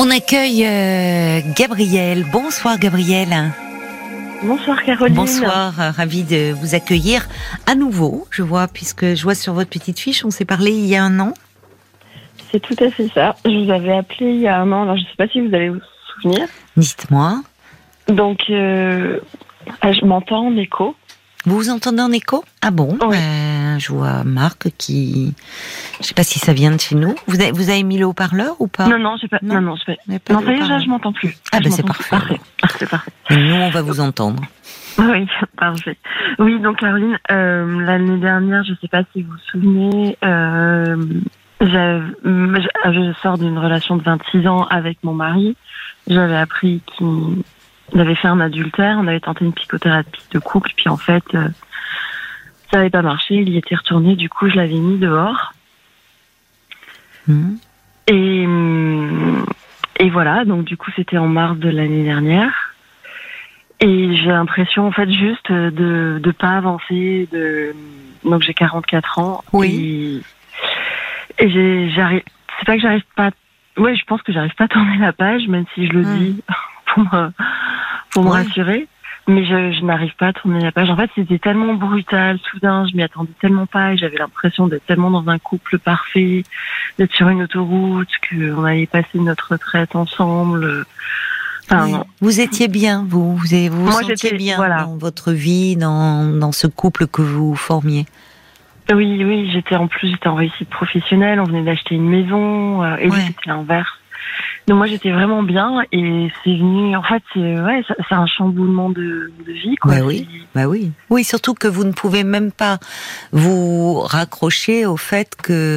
On accueille Gabrielle. Bonsoir Gabrielle. Bonsoir Caroline. Bonsoir, ravie de vous accueillir à nouveau. Je vois sur votre petite fiche, on s'est parlé il y a 1 an. C'est tout à fait ça. Je vous avais appelé il y a 1 an, alors je ne sais pas si vous allez vous souvenir. Dites-moi. Donc, je m'entends en écho. Vous vous entendez en écho ? Ah bon, oui. Je vois Marc qui... Je ne sais pas si ça vient de chez nous. Vous avez mis le haut-parleur ou pas ? Non, j'ai pas. Non, ça y est, je m'entends plus. Ah ben c'est parfait. C'est parfait. Et nous, on va vous entendre. Oui, parfait. Oui, donc Caroline, l'année dernière, je ne sais pas si vous vous souvenez, je sors d'une relation de 26 ans avec mon mari. J'avais appris qu'il avait fait un adultère. On avait tenté une psychothérapie de couple, puis en fait, ça n'avait pas marché. Il y était retourné. Du coup, je l'avais mis dehors. Et voilà. Donc, du coup, c'était en mars de l'année dernière. Et j'ai l'impression, en fait, juste de pas avancer. Donc, j'ai 44 ans. Oui. Et c'est pas que j'arrive pas. Ouais, je pense que j'arrive pas à tourner la page, même si je le dis pour me rassurer. Mais je n'arrive pas à tourner la page. En fait, c'était tellement brutal, soudain, je m'y attendais tellement pas et j'avais l'impression d'être tellement dans un couple parfait, d'être sur une autoroute, qu'on allait passer notre retraite ensemble. Enfin, vous étiez bien, vous sentiez bien dans votre vie, dans ce couple que vous formiez. Oui, j'étais en réussite professionnelle, on venait d'acheter une maison, et lui, c'était l'inverse. Donc moi, j'étais vraiment bien, et c'est venu, en fait, c'est un chamboulement de vie, quoi. Oui, surtout que vous ne pouvez même pas vous raccrocher au fait que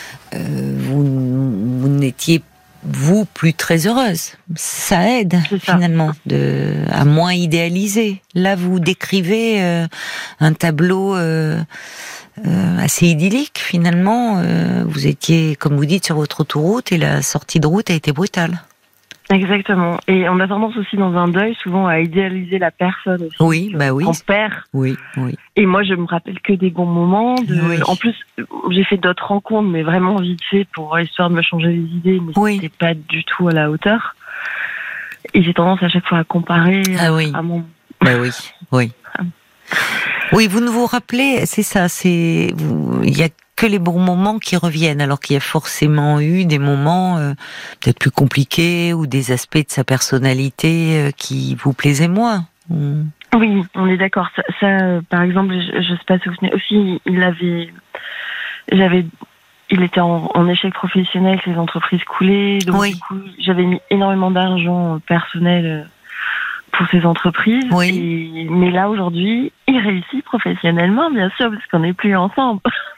vous n'étiez vous plus très heureuse. Ça aide finalement à moins idéaliser. Là, vous décrivez un tableau assez idyllique finalement. Vous étiez, comme vous dites, sur votre autoroute et la sortie de route a été brutale. Exactement. Et on a tendance aussi dans un deuil souvent à idéaliser la personne aussi. On perd. Oui. Et moi, je me rappelle que des bons moments. En plus, j'ai fait d'autres rencontres, mais vraiment vite fait pour histoire de me changer les idées, mais c'était pas du tout à la hauteur. Et j'ai tendance à chaque fois à comparer à mon... Oui, vous ne vous rappelez, c'est ça, il y a que les bons moments qui reviennent, alors qu'il y a forcément eu des moments peut-être plus compliqués ou des aspects de sa personnalité qui vous plaisaient moins. Oui, on est d'accord. Ça, par exemple, je sais pas si vous vous souvenez, aussi, il était en échec professionnel, ses entreprises coulaient, donc du coup, j'avais mis énormément d'argent personnel pour ces entreprises. Mais là, aujourd'hui, il réussit professionnellement, bien sûr, parce qu'on n'est plus ensemble.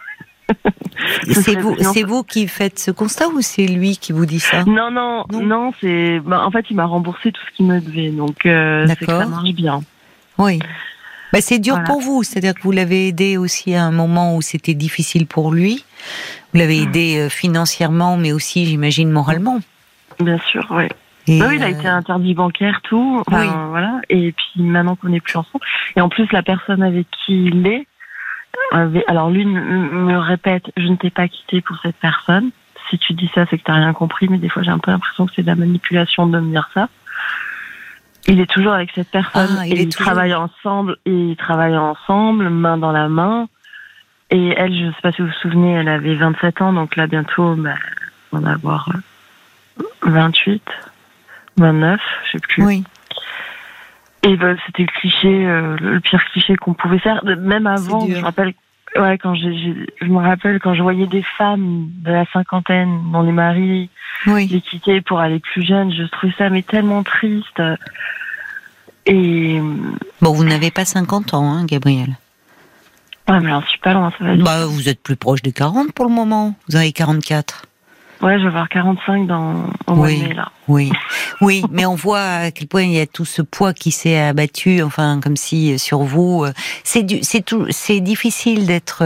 C'est vous qui faites ce constat ou c'est lui qui vous dit ça ? Non, c'est... en fait, il m'a remboursé tout ce qu'il me devait, donc c'est que ça marche bien. Oui. C'est dur pour vous, c'est-à-dire que vous l'avez aidé aussi à un moment où c'était difficile pour lui. Vous l'avez aidé financièrement, mais aussi, j'imagine, moralement. Bien sûr, oui. Il a été interdit bancaire, tout. Voilà. Et puis maintenant qu'on n'est plus ensemble. Et en plus, la personne avec qui il est, alors lui me répète, je ne t'ai pas quitté pour cette personne. Si tu dis ça, c'est que t'as rien compris, mais des fois j'ai un peu l'impression que c'est de la manipulation de me dire ça. Il est toujours avec cette personne ils travaillent ensemble, main dans la main. Et elle, je ne sais pas si vous vous souvenez, elle avait 27 ans, donc là bientôt, on va avoir 28, 29, je sais plus. Oui. Et c'était le cliché, le pire cliché qu'on pouvait faire. Même avant, je me rappelle quand je voyais des femmes de la cinquantaine dont les maris les quittaient pour aller plus jeunes, je trouvais ça tellement triste. Et vous n'avez pas 50 ans, hein, Gabrielle. Ouais, mais alors je suis pas loin, ça va vite. Vous êtes plus proche des 40 pour le moment. Vous avez 44. Ouais, je vais avoir 45 au mois de mai, là. Oui, mais on voit à quel point il y a tout ce poids qui s'est abattu, enfin, comme si sur vous, c'est difficile d'être,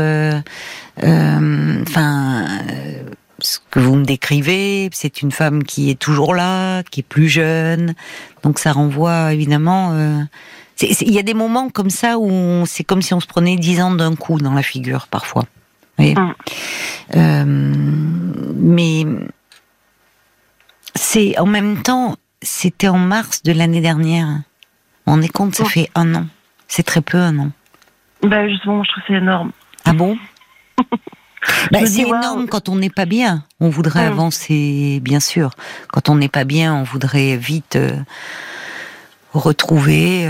ce que vous me décrivez, c'est une femme qui est toujours là, qui est plus jeune, donc ça renvoie évidemment. Il y a des moments comme ça où c'est comme si on se prenait 10 ans d'un coup dans la figure parfois. Oui. Mais c'est en même temps, c'était en mars de l'année dernière. On est compte, ça fait 1 an. C'est très peu, 1 an. Justement, je trouve que c'est énorme. Ah bon? C'est énorme quand on n'est pas bien. On voudrait avancer, bien sûr. Quand on n'est pas bien, on voudrait vite retrouver,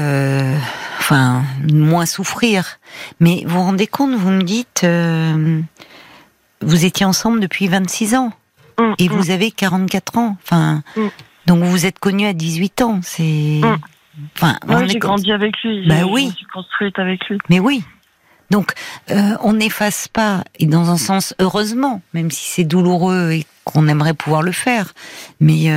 moins souffrir. Mais vous vous rendez compte, vous me dites, vous étiez ensemble depuis 26 ans. Et vous avez 44 ans. Donc vous vous êtes connus à 18 ans. C'est... j'ai grandi avec lui. Je me suis construite avec lui. Mais oui. Donc, on n'efface pas, et dans un sens, heureusement, même si c'est douloureux et qu'on aimerait pouvoir le faire, mais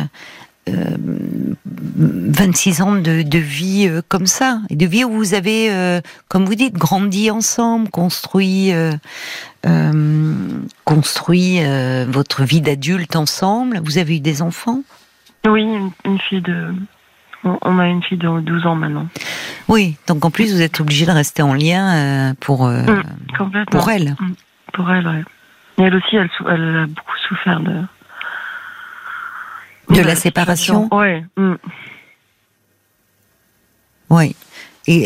26 ans de vie comme ça, et de vie où vous avez, comme vous dites, grandi ensemble, construit votre vie d'adulte ensemble. Vous avez eu des enfants? Oui, une fille on a une fille de 12 ans maintenant. Oui, donc en plus vous êtes obligé de rester en lien pour elle. Pour elle, oui. Et elle aussi, elle a beaucoup souffert de la séparation. Oui. Oui. Et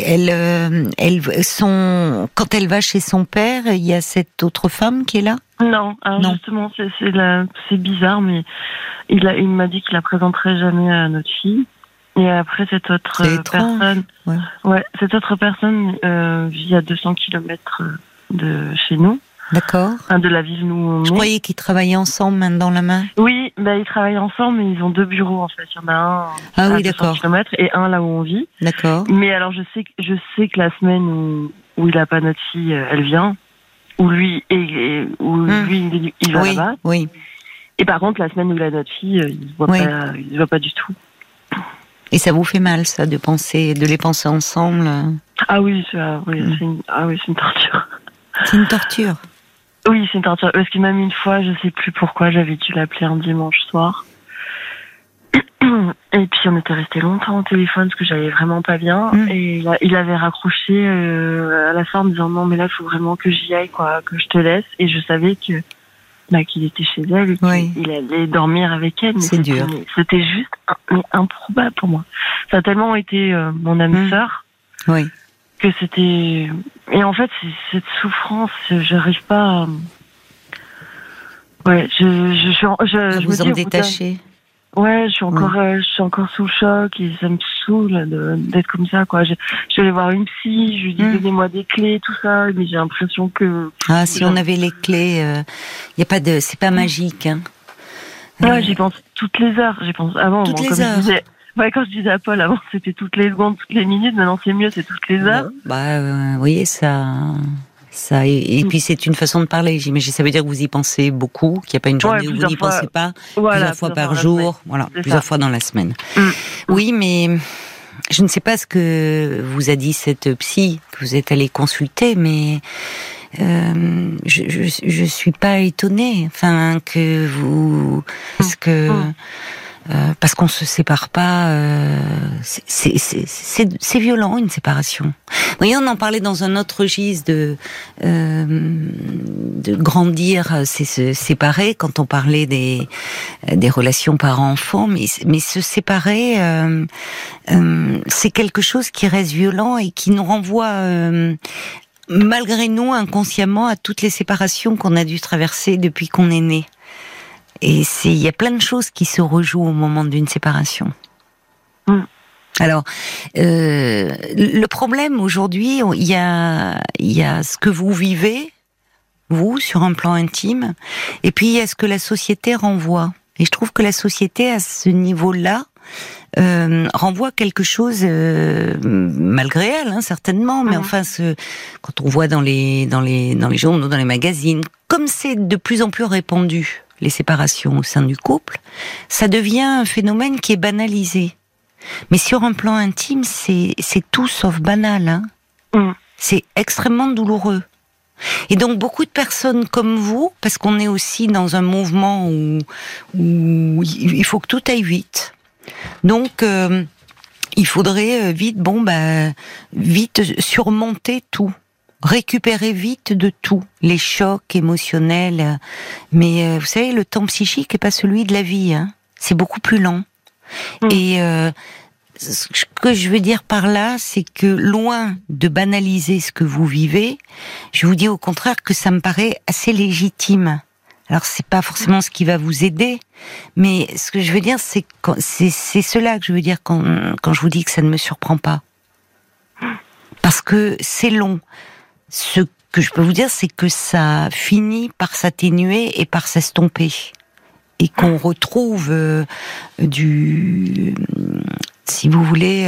quand elle va chez son père, il y a cette autre femme qui est là? Non, alors justement, c'est bizarre, mais il m'a dit qu'il la présenterait jamais à notre fille. Et après, cette autre personne, cette autre personne vit à 200 km de chez nous. D'accord. De la ville où on est. Je croyais qu'ils travaillaient ensemble, main dans la main. Oui, ils travaillent ensemble, mais ils ont 2 bureaux en fait. Il y en a un à 200 km et un là où on vit. D'accord. Mais alors, je sais que la semaine où il a pas notre fille, elle vient. Où lui il va là-bas. Oui. Et par contre, la semaine où il a notre fille, il se voit pas du tout. Et ça vous fait mal, ça, de les penser ensemble? Ah oui, c'est une torture. C'est une torture. Oui, c'est une torture. Parce que même une fois, je sais plus pourquoi, j'avais dû l'appeler un dimanche soir. Et puis on était resté longtemps au téléphone parce que j'allais vraiment pas bien. Et il avait raccroché à la fin en me disant non mais là il faut vraiment que j'y aille, que je te laisse. Et je savais qu'il était chez elle et qu'il allait dormir avec elle. Mais c'est dur. C'était juste improbable pour moi. Ça a tellement été mon âme sœur que c'était... Et en fait, c'est cette souffrance, j'arrive pas à... je vous en détacher. Je suis encore sous le choc et ça me saoule d'être comme ça, quoi. Je vais aller voir une psy, je lui dis donnez-moi des clés, tout ça, mais j'ai l'impression que... si on avait les clés, c'est pas magique, hein. J'y pense toutes les heures, avant. Toutes les heures. Quand je disais à Paul, avant c'était toutes les secondes, toutes les minutes, maintenant c'est mieux, c'est toutes les heures. Vous voyez, ça, et puis c'est une façon de parler, j'imagine. Ça veut dire que vous y pensez beaucoup, qu'il n'y a pas une journée où vous n'y pensez pas, plusieurs fois par jour, plusieurs fois dans la semaine. Oui, mais je ne sais pas ce que vous a dit cette psy que vous êtes allé consulter, mais je suis pas étonnée, que vous, parce qu'on se sépare pas, c'est violent, une séparation. Vous voyez, on en parlait dans un autre registre de grandir, c'est se séparer quand on parlait des relations parents-enfants, mais se séparer, c'est quelque chose qui reste violent et qui nous renvoie, malgré nous, inconsciemment, à toutes les séparations qu'on a dû traverser depuis qu'on est né. Et il y a plein de choses qui se rejouent au moment d'une séparation. Alors, le problème aujourd'hui, il y a ce que vous vivez, vous, sur un plan intime, et puis il y a ce que la société renvoie. Et je trouve que la société, à ce niveau-là, renvoie quelque chose, malgré elle, certainement, mais quand on voit dans les journaux, dans les magazines, comme c'est de plus en plus répandu, les séparations au sein du couple, ça devient un phénomène qui est banalisé. Mais sur un plan intime, c'est tout sauf banal. C'est extrêmement douloureux. Et donc beaucoup de personnes comme vous, parce qu'on est aussi dans un mouvement où il faut que tout aille vite. Donc il faudrait vite surmonter tout. Récupérer vite de tout, les chocs émotionnels. Mais vous savez, le temps psychique n'est pas celui de la vie. c'est beaucoup plus lent. Et ce que je veux dire par là, c'est que loin de banaliser ce que vous vivez, je vous dis au contraire que ça me paraît assez légitime. Alors c'est pas forcément ce qui va vous aider, mais ce que je veux dire, c'est cela que je veux dire quand je vous dis que ça ne me surprend pas. Parce que c'est long. Ce que je peux vous dire, c'est que ça finit par s'atténuer et par s'estomper. Et qu'on retrouve si vous voulez,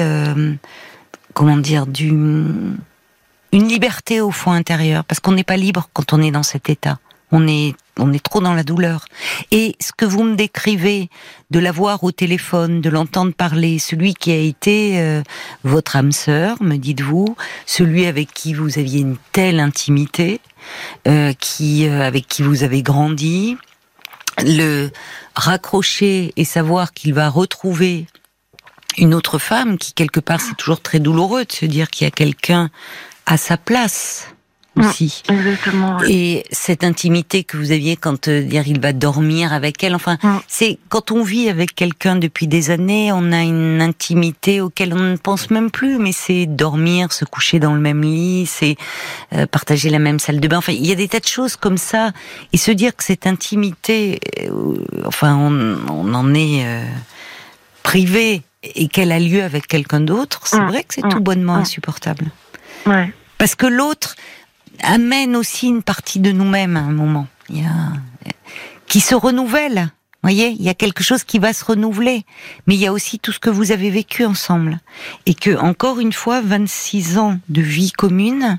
une liberté au fond intérieur. Parce qu'on n'est pas libre quand on est dans cet état. On est trop dans la douleur. Et ce que vous me décrivez, de l'avoir au téléphone, de l'entendre parler, celui qui a été votre âme sœur, me dites-vous, celui avec qui vous aviez une telle intimité, avec qui vous avez grandi, le raccrocher et savoir qu'il va retrouver une autre femme, qui quelque part c'est toujours très douloureux de se dire qu'il y a quelqu'un à sa place aussi. Exactement. Ouais. Et cette intimité que vous aviez quand il va dormir avec elle, enfin, c'est quand on vit avec quelqu'un depuis des années, on a une intimité auquel on ne pense même plus, mais c'est dormir, se coucher dans le même lit, c'est partager la même salle de bain. Enfin, il y a des tas de choses comme ça, et se dire que cette intimité, on en est privé et qu'elle a lieu avec quelqu'un d'autre, c'est vrai que c'est tout bonnement insupportable. Ouais. Parce que l'autre amène aussi une partie de nous-mêmes à un moment, qui se renouvelle. Vous voyez, il y a quelque chose qui va se renouveler, mais il y a aussi tout ce que vous avez vécu ensemble, et que encore une fois, 26 ans de vie commune,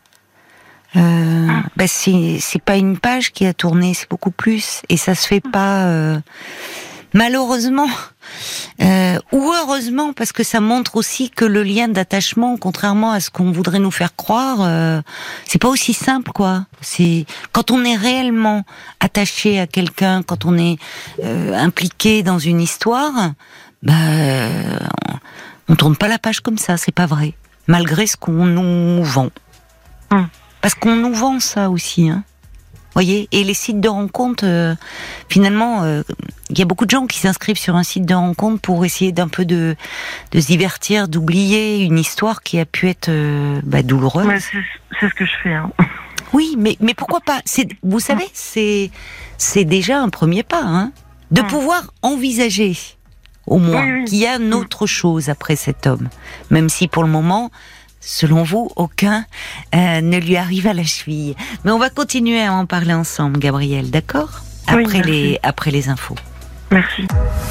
c'est pas une page qui a tourné, c'est beaucoup plus, et ça se fait pas. Malheureusement, ou heureusement, parce que ça montre aussi que le lien d'attachement, contrairement à ce qu'on voudrait nous faire croire, c'est pas aussi simple, quoi. C'est quand on est réellement attaché à quelqu'un, quand on est impliqué dans une histoire, on tourne pas la page comme ça, c'est pas vrai. Malgré ce qu'on nous vend, parce qu'on nous vend ça aussi, hein. Voyez, et les sites de rencontres, finalement, il y a beaucoup de gens qui s'inscrivent sur un site de rencontre pour essayer d'un peu de se divertir, d'oublier une histoire qui a pu être douloureuse. Ouais, c'est ce que je fais. Hein. Oui, mais pourquoi pas ? Vous savez, c'est déjà un premier pas, hein, de pouvoir envisager, au moins, qu'il y a une autre chose après cet homme, même si pour le moment. Selon vous, aucun ne lui arrive à la cheville. Mais on va continuer à en parler ensemble, Gabrielle, d'accord ? Après les infos. Merci.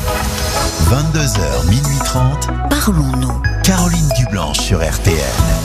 22h, minuit 30. Parlons-nous. Caroline Dublanche sur RTL.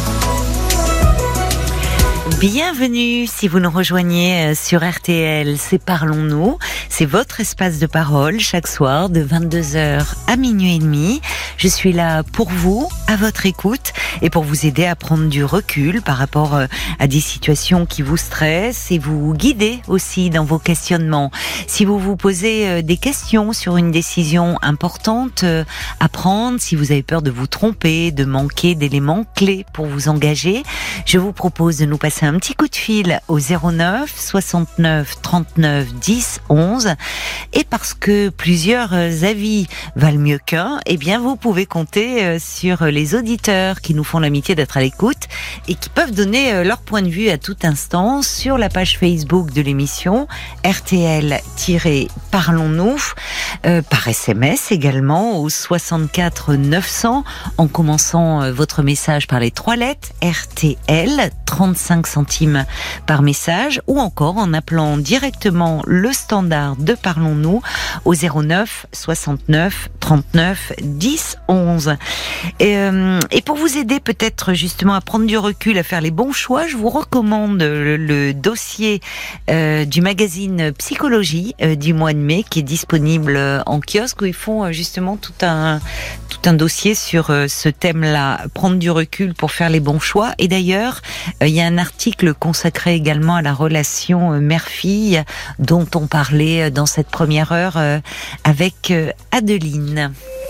Bienvenue si vous nous rejoignez sur RTL, c'est Parlons-nous, c'est votre espace de parole chaque soir de 22h à minuit et demi. Je suis là pour vous, à votre écoute et pour vous aider à prendre du recul par rapport à des situations qui vous stressent et vous guider aussi dans vos questionnements. Si vous vous posez des questions sur une décision importante à prendre, si vous avez peur de vous tromper, de manquer d'éléments clés pour vous engager, je vous propose de nous passer un petit coup de fil au 09 69 39 10 11 et parce que plusieurs avis valent mieux qu'un, eh bien vous pouvez compter sur les auditeurs qui nous font l'amitié d'être à l'écoute et qui peuvent donner leur point de vue à tout instant sur la page Facebook de l'émission RTL-Parlons-nous, par SMS également au 64 900 en commençant votre message par les 3 lettres RTL, 35 centimes par message, ou encore en appelant directement le standard de Parlons-nous au 09 69 39 10 11. Et pour vous aider peut-être justement à prendre du recul, à faire les bons choix, je vous recommande le dossier du magazine Psychologie du mois de mai qui est disponible en kiosque, où ils font justement tout un dossier sur ce thème-là, prendre du recul pour faire les bons choix. Et d'ailleurs, il y a un article consacré également à la relation mère-fille dont on parlait dans cette première heure avec Adeline.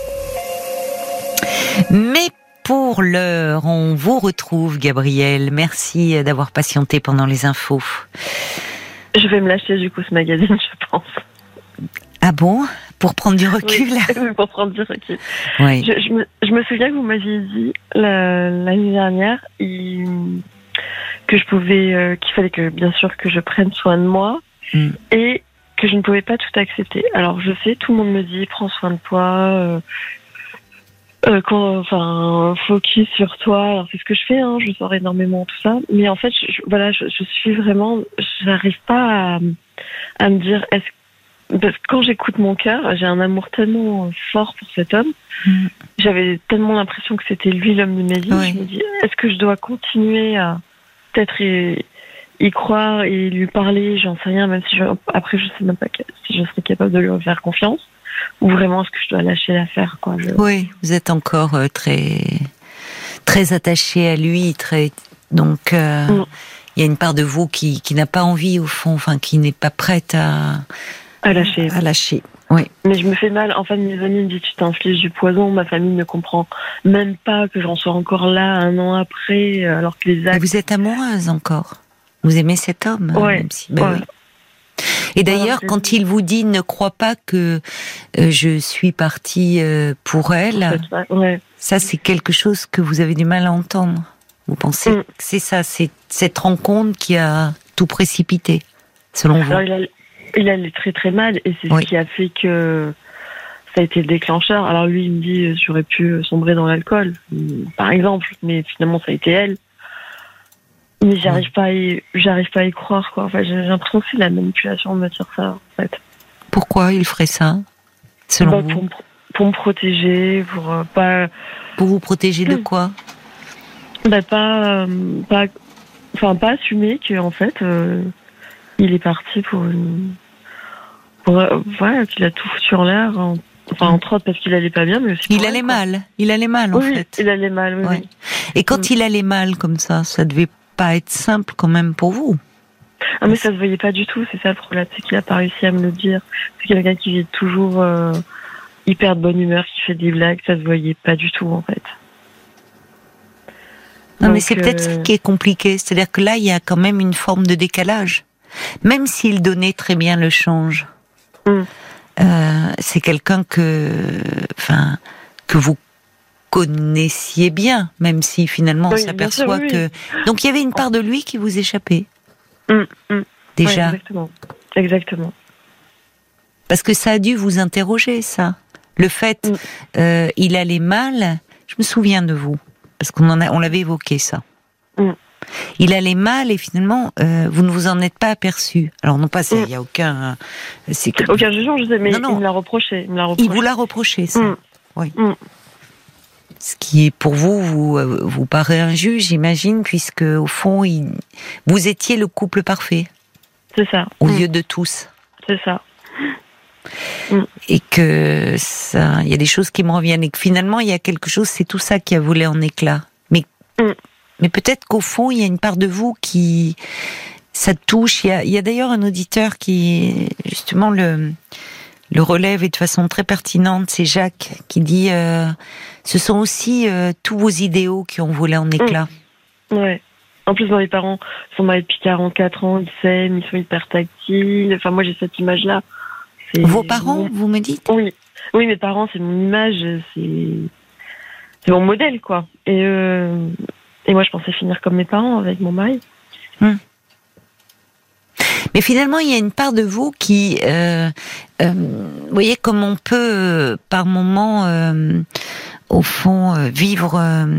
Mais pour l'heure, on vous retrouve, Gabrielle. Merci d'avoir patienté pendant les infos. Je vais me lâcher du coup ce magazine, je pense. Ah bon ? Pour prendre du recul. Oui, pour prendre du recul. Oui. Je me souviens que vous m'aviez dit l'année dernière que je pouvais, qu'il fallait que, bien sûr, que je prenne soin de moi et que je ne pouvais pas tout accepter. Alors, je sais, tout le monde me dit, prends soin de toi, focus sur toi. Alors, c'est ce que je fais, je sors énormément, tout ça. Mais en fait, je suis vraiment, j'arrive pas à me dire, parce que quand j'écoute mon cœur, j'ai un amour tellement fort pour cet homme. J'avais tellement l'impression que c'était lui l'homme de ma vie. Oui. Je me dis, est-ce que je dois continuer à peut-être y croire et lui parler, j'en sais rien, même si après je sais même pas si je serais capable de lui faire confiance, ou vraiment est-ce que je dois lâcher l'affaire, quoi. Oui, vous êtes encore très très attaché à lui, donc il y a une part de vous qui n'a pas envie au fond, qui n'est pas prête à lâcher. Oui. Mais je me fais mal. Enfin, mes amis me disent, tu t'infliges du poison. Ma famille ne comprend même pas que j'en sois encore là 1 an après, alors que les actes... Vous êtes amoureuse encore. Vous aimez cet homme, même si... Oui. Et d'ailleurs, quand il vous dit, ne crois pas que je suis partie pour elle, ça c'est quelque chose que vous avez du mal à entendre. Vous pensez que c'est ça, c'est cette rencontre qui a tout précipité, selon vous? Alors, il allait très très mal et c'est ce qui a fait que ça a été le déclencheur. Alors lui, il me dit, j'aurais pu sombrer dans l'alcool, par exemple, mais finalement ça a été elle. Mais j'arrive pas à y croire, quoi. Enfin, j'ai l'impression que c'est de la manipulation de me dire ça, en fait. Pourquoi il ferait ça, selon vous? Pour me protéger, Pour vous protéger de quoi? Pas assumer que en fait il est parti qu'il a tout foutu en l'air, entre autres parce qu'il allait pas bien, mais aussi il allait mal en fait. Il allait mal, oui. Et quand il allait mal comme ça devait pas être simple quand même pour vous. Ah, mais ça se voyait pas du tout, c'est ça le problème, c'est qu'il a pas réussi à me le dire. C'est quelqu'un qui est toujours hyper de bonne humeur, qui fait des blagues, ça se voyait pas du tout en fait. Non, mais c'est peut-être ce qui est compliqué, c'est-à-dire que là il y a quand même une forme de décalage. Même s'il donnait très bien le change, c'est quelqu'un que vous connaissiez bien, même si finalement on s'aperçoit que... Donc il y avait une part de lui qui vous échappait. Déjà. Ouais, exactement. Parce que ça a dû vous interroger, ça. Le fait, il allait mal, je me souviens de vous, parce on l'avait évoqué, ça. Il allait mal et finalement, vous ne vous en êtes pas aperçu. Alors non pas, il n'y a aucun... Aucun jugement, je sais, mais non. Il me l'a reproché. Il vous l'a reproché, ça. Oui. Ce qui, pour vous paraît injuste, j'imagine, puisque au fond, vous étiez le couple parfait. C'est ça. Aux yeux de tous. C'est ça. Et que ça, il y a des choses qui me reviennent et que finalement, il y a quelque chose, c'est tout ça qui a volé en éclats. Mais peut-être qu'au fond, il y a une part de vous qui... Ça touche. Il y a d'ailleurs un auditeur qui, justement, le relève et de façon très pertinente, c'est Jacques, qui dit ce sont aussi tous vos idéaux qui ont volé en éclats. Ouais. En plus, mes parents sont mariés depuis 44 ans, ils s'aiment, ils sont hyper tactiles. Enfin, moi, j'ai cette image-là. Vos parents, vous me dites? Oui, mes parents, c'est mon image, c'est mon modèle, quoi. Et moi, je pensais finir comme mes parents avec mon mari. Mais finalement, il y a une part de vous qui, vous voyez, comme on peut par moment, au fond, vivre,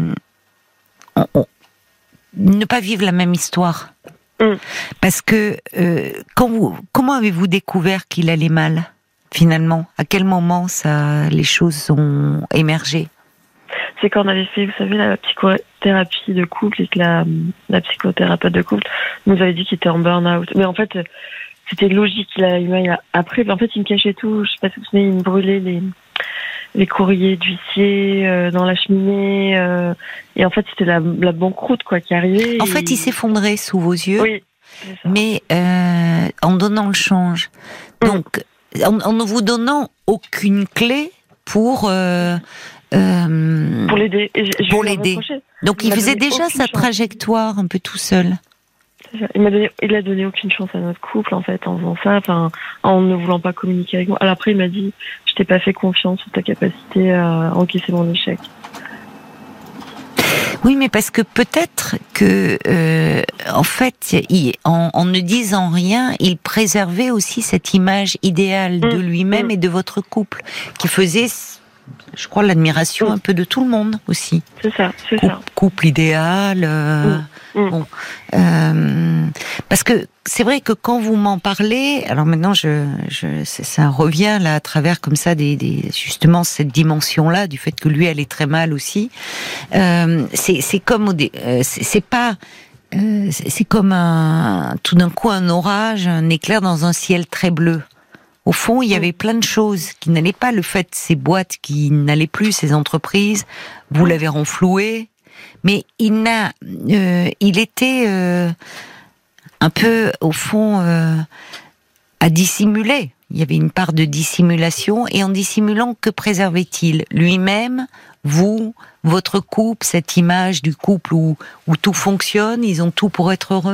ne pas vivre la même histoire. Parce que comment avez-vous découvert qu'il allait mal, finalement? À quel moment les choses ont émergé? C'est quand on avait fait, vous savez, la psychothérapie de couple et que la psychothérapeute de couple nous avait dit qu'il était en burn-out. Mais en fait, c'était logique qu'il allait mal après. En fait, il me cachait tout. Je sais pas si vous vous souvenez, il me brûlait les courriers d'huissier dans la cheminée. Et en fait, c'était la banqueroute, quoi, qui arrivait. En fait, il s'effondrait sous vos yeux. Oui. Mais en donnant le change. Donc, en ne vous donnant aucune clé pour l'aider. Pour l'aider. Donc il faisait déjà sa trajectoire un peu tout seul. Il a donné aucune chance à notre couple en fait en faisant ça, en ne voulant pas communiquer avec moi. Alors après il m'a dit je t'ai pas fait confiance sur ta capacité à encaisser mon échec. Oui, mais parce que peut-être que, en fait, en ne disant rien, il préservait aussi cette image idéale de lui-même et de votre couple, qui faisait, je crois, l'admiration un peu de tout le monde aussi. C'est ça. Couple idéal. Bon, parce que c'est vrai que quand vous m'en parlez, alors maintenant ça revient là à travers comme ça justement cette dimension-là du fait que lui allait très mal aussi. C'est comme c'est comme tout d'un coup un orage, un éclair dans un ciel très bleu. Au fond, il y avait plein de choses qui n'allaient pas. Le fait, ces boîtes qui n'allaient plus, ces entreprises, vous l'avez renfloué. Mais il était un peu, au fond, à dissimuler. Il y avait une part de dissimulation, et en dissimulant, que préservait-il ? Lui-même, vous, votre couple, cette image du couple où tout fonctionne, ils ont tout pour être heureux ?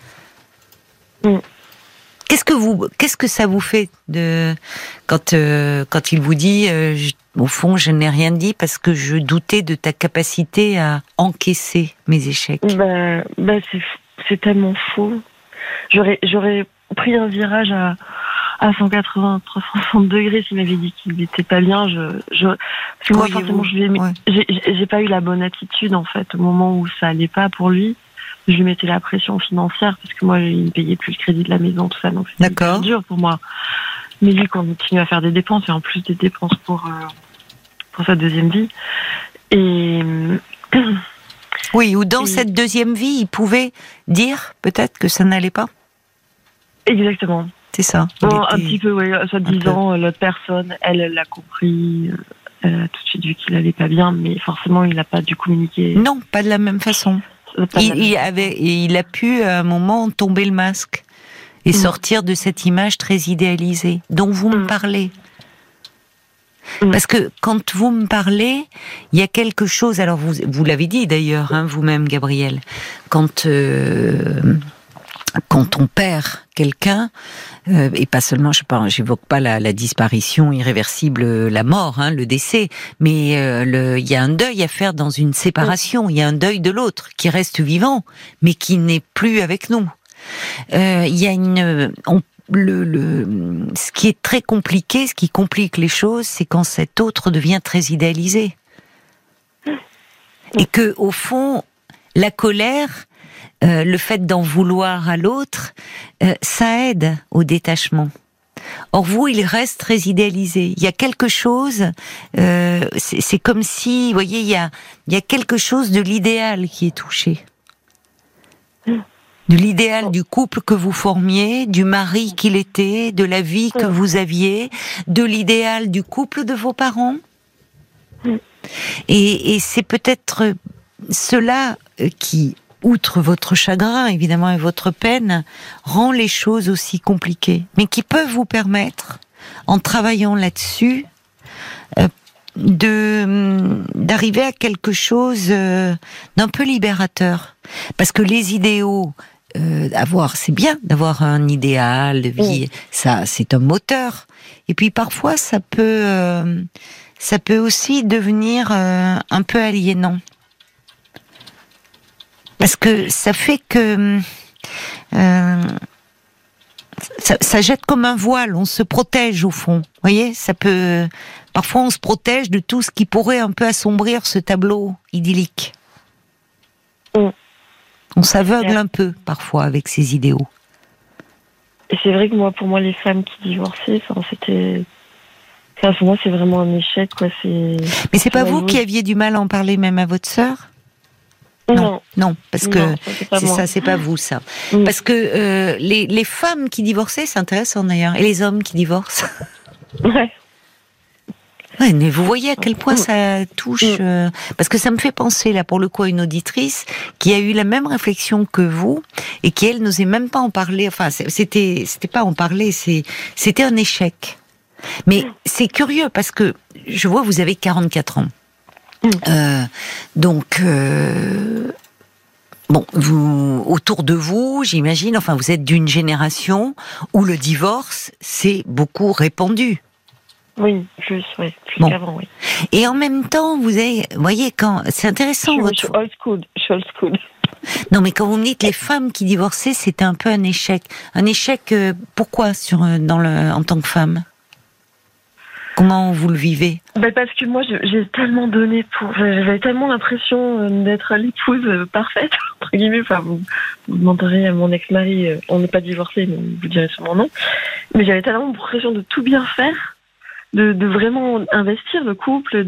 Qu'est-ce que ça vous fait quand il vous dit au fond je n'ai rien dit parce que je doutais de ta capacité à encaisser mes échecs. C'est tellement faux. J'aurais pris un virage à 180, 360 degrés s'il m'avait dit qu'il n'était pas bien. Moi forcément j'ai pas eu la bonne attitude en fait au moment où ça allait pas pour lui. Je lui mettais la pression financière parce que moi, il ne payait plus le crédit de la maison, tout ça, donc c'était dur pour moi. Mais lui, continue à faire des dépenses, et en plus des dépenses pour sa deuxième vie. Et oui, ou dans cette deuxième vie, il pouvait dire peut-être que ça n'allait pas. Exactement. C'est ça. Un petit peu, oui. Soi-disant, l'autre personne, elle l'a compris. Elle a tout de suite vu qu'il n'allait pas bien, mais forcément, il n'a pas dû communiquer. Non, pas de la même façon. Il a pu à un moment tomber le masque et sortir de cette image très idéalisée dont vous me parlez. Parce que quand vous me parlez, il y a quelque chose. Alors vous l'avez dit d'ailleurs, vous-même, Gabriel, quand on perd quelqu'un, et pas seulement, j'évoque pas la disparition irréversible, la mort, le décès, mais il y a un deuil à faire dans une séparation. Il y a un deuil de l'autre qui reste vivant, mais qui n'est plus avec nous. Il y a ce qui est très compliqué, ce qui complique les choses, c'est quand cet autre devient très idéalisé, et que au fond, la colère, le fait d'en vouloir à l'autre, ça aide au détachement. Or vous, il reste très idéalisé. Il y a quelque chose, c'est comme si, vous voyez, il y a quelque chose de l'idéal qui est touché. De l'idéal du couple que vous formiez, du mari qu'il était, de la vie que vous aviez, de l'idéal du couple de vos parents. Et c'est peut-être cela qui, outre votre chagrin, évidemment, et votre peine, rend les choses aussi compliquées, mais qui peuvent vous permettre, en travaillant là-dessus, d'arriver à quelque chose d'un peu libérateur. Parce que les idéaux, c'est bien d'avoir un idéal de vie, ça, c'est un moteur. Et puis parfois, ça peut aussi devenir un peu aliénant. Parce que ça fait que ça jette comme un voile, on se protège au fond. Vous voyez, parfois on se protège de tout ce qui pourrait un peu assombrir ce tableau idyllique. On s'aveugle un peu parfois avec ces idéaux. Et c'est vrai que pour moi, les femmes qui divorçaient, pour moi, c'est vraiment un échec, quoi. Mais c'est pas vous qui aviez du mal à en parler même à votre sœur ? Non, parce que c'est pas vous, ça. Parce que les femmes qui divorçaient, c'est intéressant d'ailleurs, et les hommes qui divorcent. Ouais, mais vous voyez à quel point ça touche, parce que ça me fait penser là pour le coup à une auditrice qui a eu la même réflexion que vous et qui elle n'osait même pas en parler. Enfin, c'était pas en parler, c'était un échec. Mais c'est curieux parce que je vois vous avez 44 ans. Donc, vous, autour de vous, j'imagine, enfin, vous êtes d'une génération où le divorce, c'est beaucoup répandu. plus bon. qu'avant, oui. Et en même temps, vous voyez, quand c'est intéressant. Je suis old school. Non, mais quand vous me dites les femmes qui divorçaient, c'était un peu un échec. Un échec, pourquoi en tant que femme? Comment vous le vivez? Parce que moi, j'ai tellement donné j'avais tellement l'impression d'être l'épouse parfaite, entre guillemets. Enfin, vous demanderez à mon ex-mari, on n'est pas divorcés, mais vous direz sûrement non. Mais j'avais tellement l'impression de tout bien faire, de vraiment investir le couple,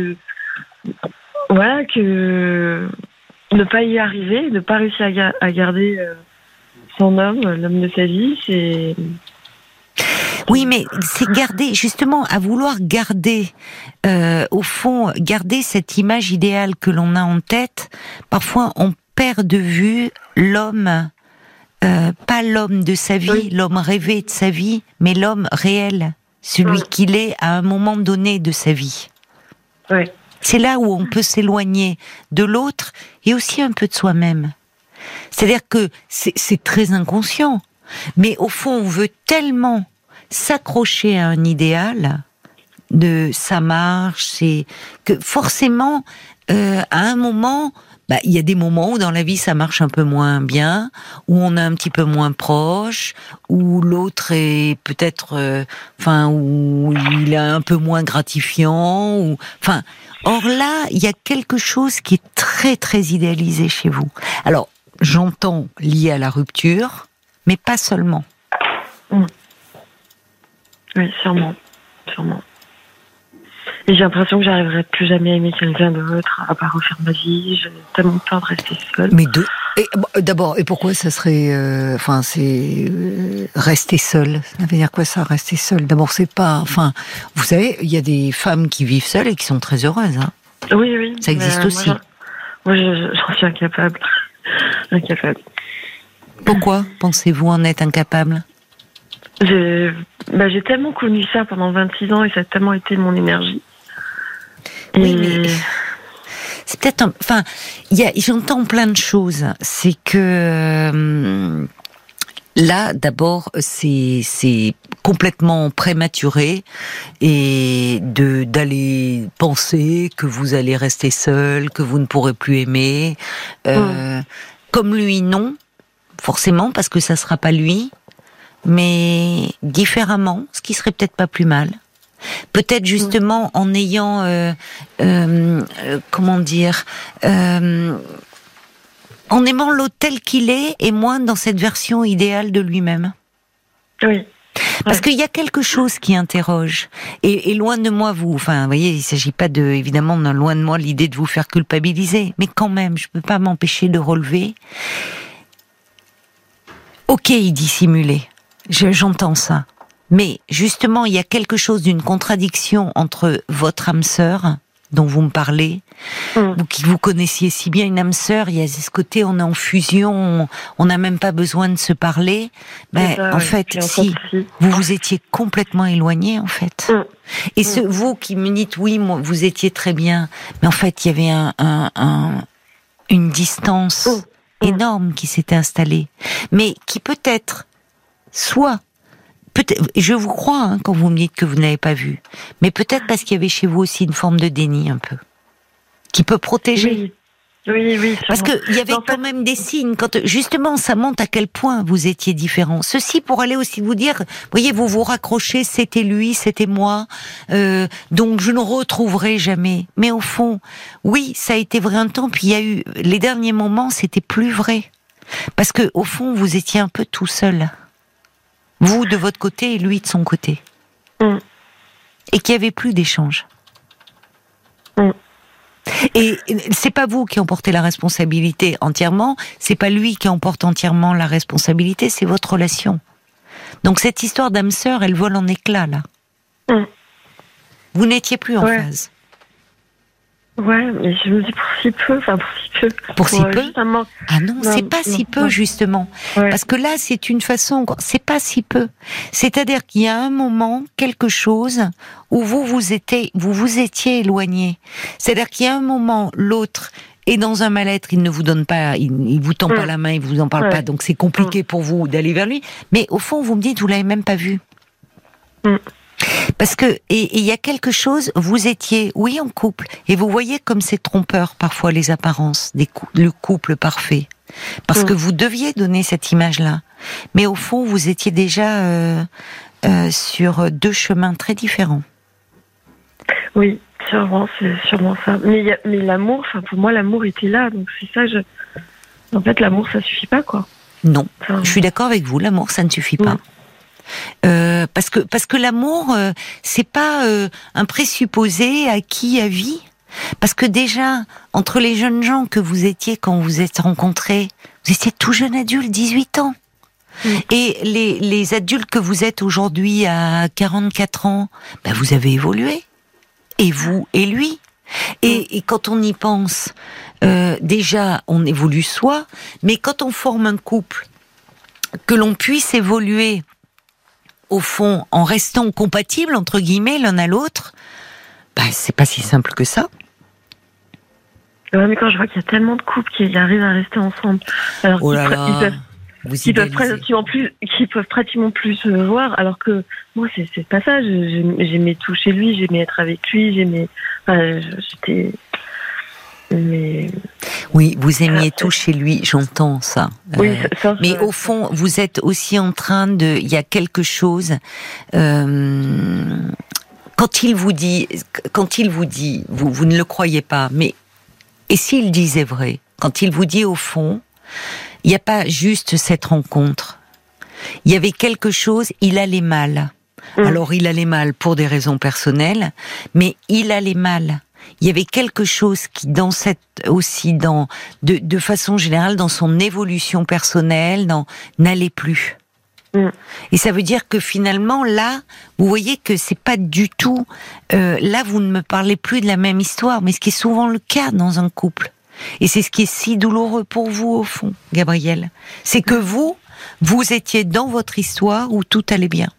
voilà, que ne pas y arriver, ne pas réussir à garder son homme, l'homme de sa vie, c'est... Oui, mais c'est garder, justement, à vouloir garder, au fond, garder cette image idéale que l'on a en tête. Parfois, on perd de vue l'homme, pas l'homme de sa vie, l'homme rêvé de sa vie, mais l'homme réel, celui qu'il est à un moment donné de sa vie. Oui. C'est là où on peut s'éloigner de l'autre et aussi un peu de soi-même. C'est-à-dire que c'est très inconscient, mais au fond, on veut tellement s'accrocher à un idéal de ça marche, c'est que forcément, à un moment, il y a des moments où dans la vie ça marche un peu moins bien, où on est un petit peu moins proche, où l'autre est peut-être, où il est un peu moins gratifiant, or là, il y a quelque chose qui est très très idéalisé chez vous. Alors, j'entends lié à la rupture, mais pas seulement. Oui, sûrement. Et j'ai l'impression que j'arriverai plus jamais à aimer quelqu'un d'autre, à pas refaire ma vie. J'ai tellement peur de rester seule. Mais d'abord, et pourquoi ça serait, rester seule? Ça veut dire quoi ça, rester seule? D'abord, c'est pas, vous savez, il y a des femmes qui vivent seules et qui sont très heureuses. Hein. Oui. Ça existe aussi. Moi, j'en suis incapable. Pourquoi pensez-vous en être incapable? J'ai tellement connu ça pendant 26 ans et ça a tellement été mon énergie. Oui, mais c'est peut-être j'entends plein de choses. C'est que là, d'abord, c'est complètement prématuré et d'aller penser que vous allez rester seul, que vous ne pourrez plus aimer. Comme lui, non, forcément, parce que ça sera pas lui. Mais différemment, ce qui serait peut-être pas plus mal. Peut-être justement en ayant, en aimant l'autre tel qu'il est et moins dans cette version idéale de lui-même. Oui. Parce qu'il y a quelque chose qui interroge. Et loin de moi, vous voyez, il s'agit pas évidemment, loin de moi l'idée de vous faire culpabiliser. Mais quand même, je peux pas m'empêcher de relever. Ok, il dissimulait. J'entends ça. Mais justement, il y a quelque chose d'une contradiction entre votre âme sœur, dont vous me parlez, vous qui vous connaissiez si bien une âme sœur, il y a ce côté, on est en fusion, on n'a même pas besoin de se parler. Fait, si vous étiez complètement éloignés, en fait. Et vous qui me dites, oui, moi, vous étiez très bien, mais en fait, il y avait une distance énorme qui s'était installée, mais qui peut-être je vous crois quand vous me dites que vous n'avez pas vu, mais peut-être parce qu'il y avait chez vous aussi une forme de déni un peu, qui peut protéger. Oui. Parce qu'il y avait quand même des signes, quand justement ça montre à quel point vous étiez différents. Ceci pour aller aussi vous dire, voyez, vous vous raccrochez, c'était lui, c'était moi, donc je ne retrouverai jamais. Mais au fond, oui, ça a été vrai un temps, puis il y a eu, les derniers moments, c'était plus vrai. Parce que au fond, vous étiez un peu tout seul. Vous de votre côté et lui de son côté. Et qu'il n'y avait plus d'échange. Et c'est pas vous qui emportez la responsabilité entièrement, c'est pas lui qui emporte entièrement la responsabilité, c'est votre relation. Donc cette histoire d'âme sœur, elle vole en éclats, là. Vous n'étiez plus en phase. Ouais, mais je me dis pour si peu. Pour si peu Ah non, c'est pas si peu, justement. Ouais. Parce que là, c'est une façon... C'est pas si peu. C'est-à-dire qu'il y a un moment, quelque chose, où vous vous étiez éloigné. C'est-à-dire qu'il y a un moment, l'autre est dans un mal-être, il ne vous donne pas, il vous tend pas la main, il vous en parle pas, donc c'est compliqué pour vous d'aller vers lui. Mais au fond, vous me dites, vous l'avez même pas vu. Parce que, et il y a quelque chose, vous étiez, oui, en couple, et vous voyez comme c'est trompeur parfois les apparences, le couple parfait. Parce que vous deviez donner cette image-là. Mais au fond, vous étiez déjà sur deux chemins très différents. Oui, sûrement, c'est sûrement ça. Mais l'amour, pour moi, l'amour était là, donc c'est ça, en fait, l'amour, ça suffit pas, quoi. Non, je suis d'accord avec vous, l'amour, ça ne suffit pas. Parce que l'amour, c'est pas un présupposé acquis à vie. Parce que déjà, entre les jeunes gens que vous étiez quand vous vous êtes rencontrés, vous étiez tout jeune adulte, 18 ans. Et les adultes que vous êtes aujourd'hui à 44 ans, vous avez évolué. Et vous et lui. Et quand on y pense, déjà, on évolue soi, mais quand on forme un couple, que l'on puisse évoluer au fond, en restant compatibles, entre guillemets, l'un à l'autre, c'est pas si simple que ça. Ouais, mais quand je vois qu'il y a tellement de couples qui arrivent à rester ensemble, alors qu'ils peuvent pratiquement plus se voir, alors que moi, c'est pas ça. J'aimais tout chez lui, j'aimais être avec lui, j'étais... Oui, vous aimiez tout chez lui, j'entends ça. Oui, ça mais au fond, vous êtes aussi en train de... Il y a quelque chose... Quand il vous dit... Vous ne le croyez pas, mais... Et s'il disait vrai? Quand il vous dit, au fond, il n'y a pas juste cette rencontre. Il y avait quelque chose, il allait mal. Alors, il allait mal pour des raisons personnelles, mais il allait mal. Il y avait quelque chose qui, de façon générale, dans son évolution personnelle, n'allait plus. Et ça veut dire que finalement, là, vous voyez que c'est pas du tout... là, vous ne me parlez plus de la même histoire, mais ce qui est souvent le cas dans un couple. Et c'est ce qui est si douloureux pour vous, au fond, Gabrielle. C'est que vous étiez dans votre histoire où tout allait bien.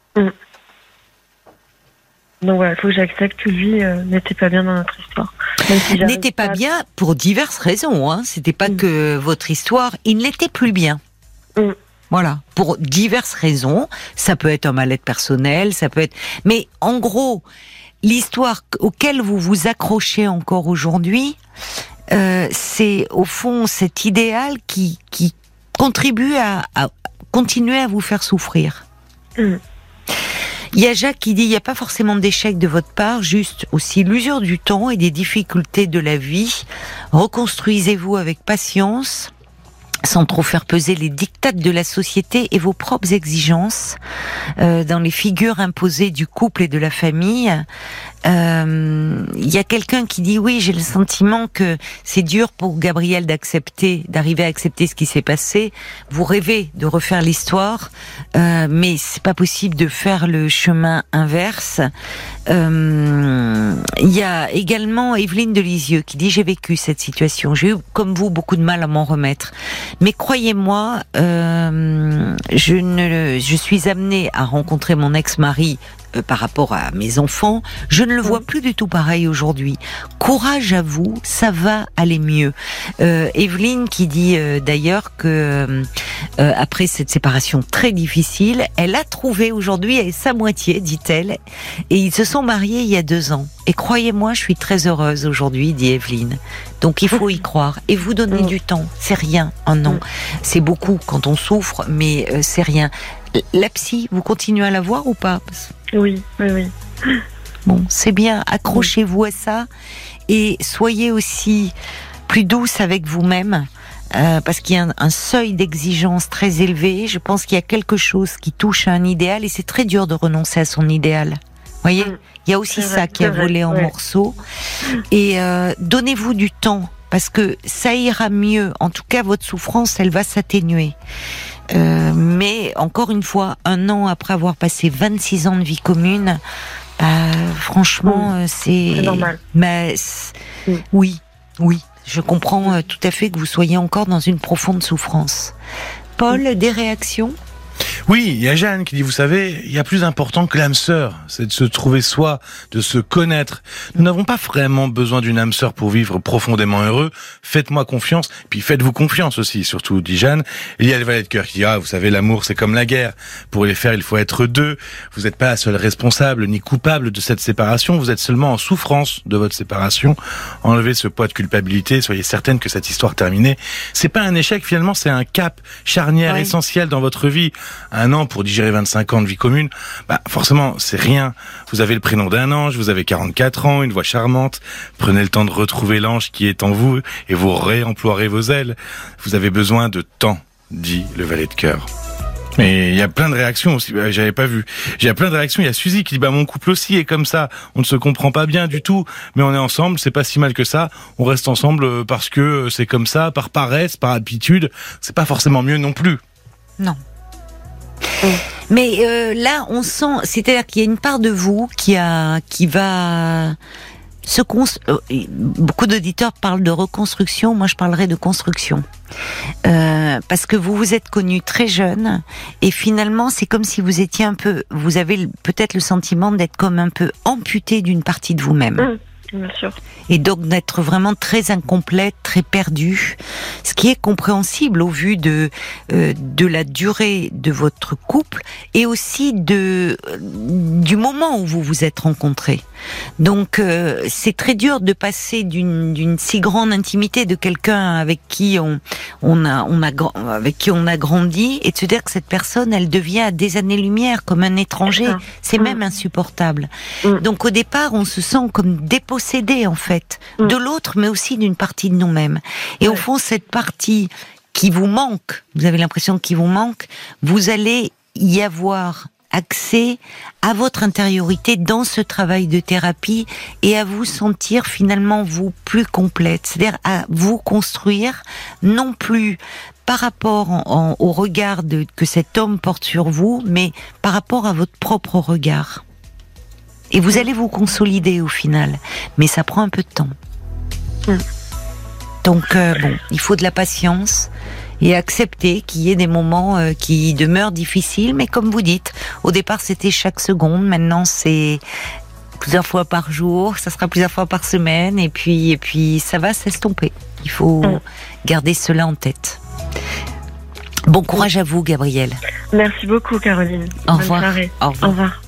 Donc voilà, il faut que j'accepte que lui n'était pas bien dans notre histoire. N'était pas bien pour diverses raisons. Hein. C'était pas que votre histoire, il n'était plus bien. Voilà, pour diverses raisons. Ça peut être un mal-être personnel, ça peut être... Mais en gros, l'histoire auquel vous vous accrochez encore aujourd'hui, c'est au fond cet idéal qui contribue à continuer à vous faire souffrir. Il y a Jacques qui dit, il n'y a pas forcément d'échec de votre part, juste aussi l'usure du temps et des difficultés de la vie. Reconstruisez-vous avec patience, sans trop faire peser les dictats de la société et vos propres exigences dans les figures imposées du couple et de la famille. Il y a quelqu'un qui dit oui, j'ai le sentiment que c'est dur pour Gabrielle d'arriver à accepter ce qui s'est passé. Vous rêvez de refaire l'histoire, mais c'est pas possible de faire le chemin inverse. Il y a également Evelyne de Lisieux qui dit j'ai vécu cette situation. J'ai eu comme vous beaucoup de mal à m'en remettre, mais croyez-moi, je suis amenée à rencontrer mon ex-mari. Par rapport à mes enfants, je ne le vois plus du tout pareil aujourd'hui. Courage à vous, ça va aller mieux. Evelyne qui dit d'ailleurs que après cette séparation très difficile, elle a trouvé aujourd'hui sa moitié, dit-elle, et ils se sont mariés il y a 2 ans. Et croyez-moi, je suis très heureuse aujourd'hui, dit Evelyne. Donc il faut y croire et vous donner du temps. C'est rien, un an. C'est beaucoup quand on souffre, mais c'est rien. La psy, vous continuez à la voir ou pas? Oui. Bon, c'est bien, accrochez-vous à ça et soyez aussi plus douce avec vous-même parce qu'il y a un seuil d'exigence très élevé. Je pense qu'il y a quelque chose qui touche à un idéal et c'est très dur de renoncer à son idéal. Voyez, il y a aussi ça qui a volé en morceaux. Et donnez-vous du temps parce que ça ira mieux. En tout cas, votre souffrance, elle va s'atténuer. Mais encore une fois, 1 an après avoir passé 26 ans de vie commune, franchement, c'est normal. Mais oui, je comprends tout à fait que vous soyez encore dans une profonde souffrance. Paul, des réactions? Oui, il y a Jeanne qui dit, vous savez, il y a plus important que l'âme sœur, c'est de se trouver soi, de se connaître. Nous n'avons pas vraiment besoin d'une âme sœur pour vivre profondément heureux. Faites-moi confiance, puis faites-vous confiance aussi, surtout, dit Jeanne. Il y a le valet de cœur qui dit, vous savez, l'amour c'est comme la guerre. Pour les faire, il faut être deux. Vous n'êtes pas la seule responsable ni coupable de cette séparation, vous êtes seulement en souffrance de votre séparation. Enlevez ce poids de culpabilité, soyez certaine que cette histoire terminée, c'est pas un échec finalement, c'est un cap charnière essentiel dans votre vie. 1 an pour digérer 25 ans de vie commune, forcément c'est rien. Vous avez le prénom d'un ange, vous avez 44 ans, une voix charmante. Prenez le temps de retrouver l'ange qui est en vous et vous réemploierez vos ailes. Vous avez besoin de temps, dit le valet de cœur. Mais il y a plein de réactions aussi, j'avais pas vu. Il y a plein de réactions, il y a Suzy qui dit mon couple aussi est comme ça, on ne se comprend pas bien du tout, mais on est ensemble, c'est pas si mal que ça, on reste ensemble parce que c'est comme ça, par paresse, par habitude, c'est pas forcément mieux non plus. Non. Mais là, on sent, c'est-à-dire qu'il y a une part de vous qui va beaucoup d'auditeurs parlent de reconstruction, moi je parlerai de construction. Parce que vous vous êtes connu très jeune et finalement c'est comme si vous étiez vous avez peut-être le sentiment d'être comme un peu amputé d'une partie de vous-même. Bien sûr. Et donc d'être vraiment très incomplète, très perdue, ce qui est compréhensible au vu de la durée de votre couple et aussi du moment où vous vous êtes rencontrés. Donc c'est très dur de passer d'une si grande intimité de quelqu'un avec qui on a grandi et de se dire que cette personne elle devient à des années-lumière comme un étranger, c'est même insupportable. Donc au départ on se sent comme dépossédé en fait de l'autre mais aussi d'une partie de nous-mêmes. Et au fond cette partie qui vous manque, vous avez l'impression qu'il vous manque, vous allez y avoir accès à votre intériorité dans ce travail de thérapie et à vous sentir finalement vous plus complète, c'est-à-dire à vous construire non plus par rapport au regard que cet homme porte sur vous, mais par rapport à votre propre regard. Et vous allez vous consolider au final, mais ça prend un peu de temps. Donc il faut de la patience et accepter qu'il y ait des moments qui demeurent difficiles, mais comme vous dites, au départ c'était chaque seconde, maintenant c'est plusieurs fois par jour, ça sera plusieurs fois par semaine, et puis ça va s'estomper. Il faut garder cela en tête. Bon courage à vous, Gabrielle. Merci beaucoup, Caroline. Au revoir. Bonne soirée. Au revoir. Au revoir.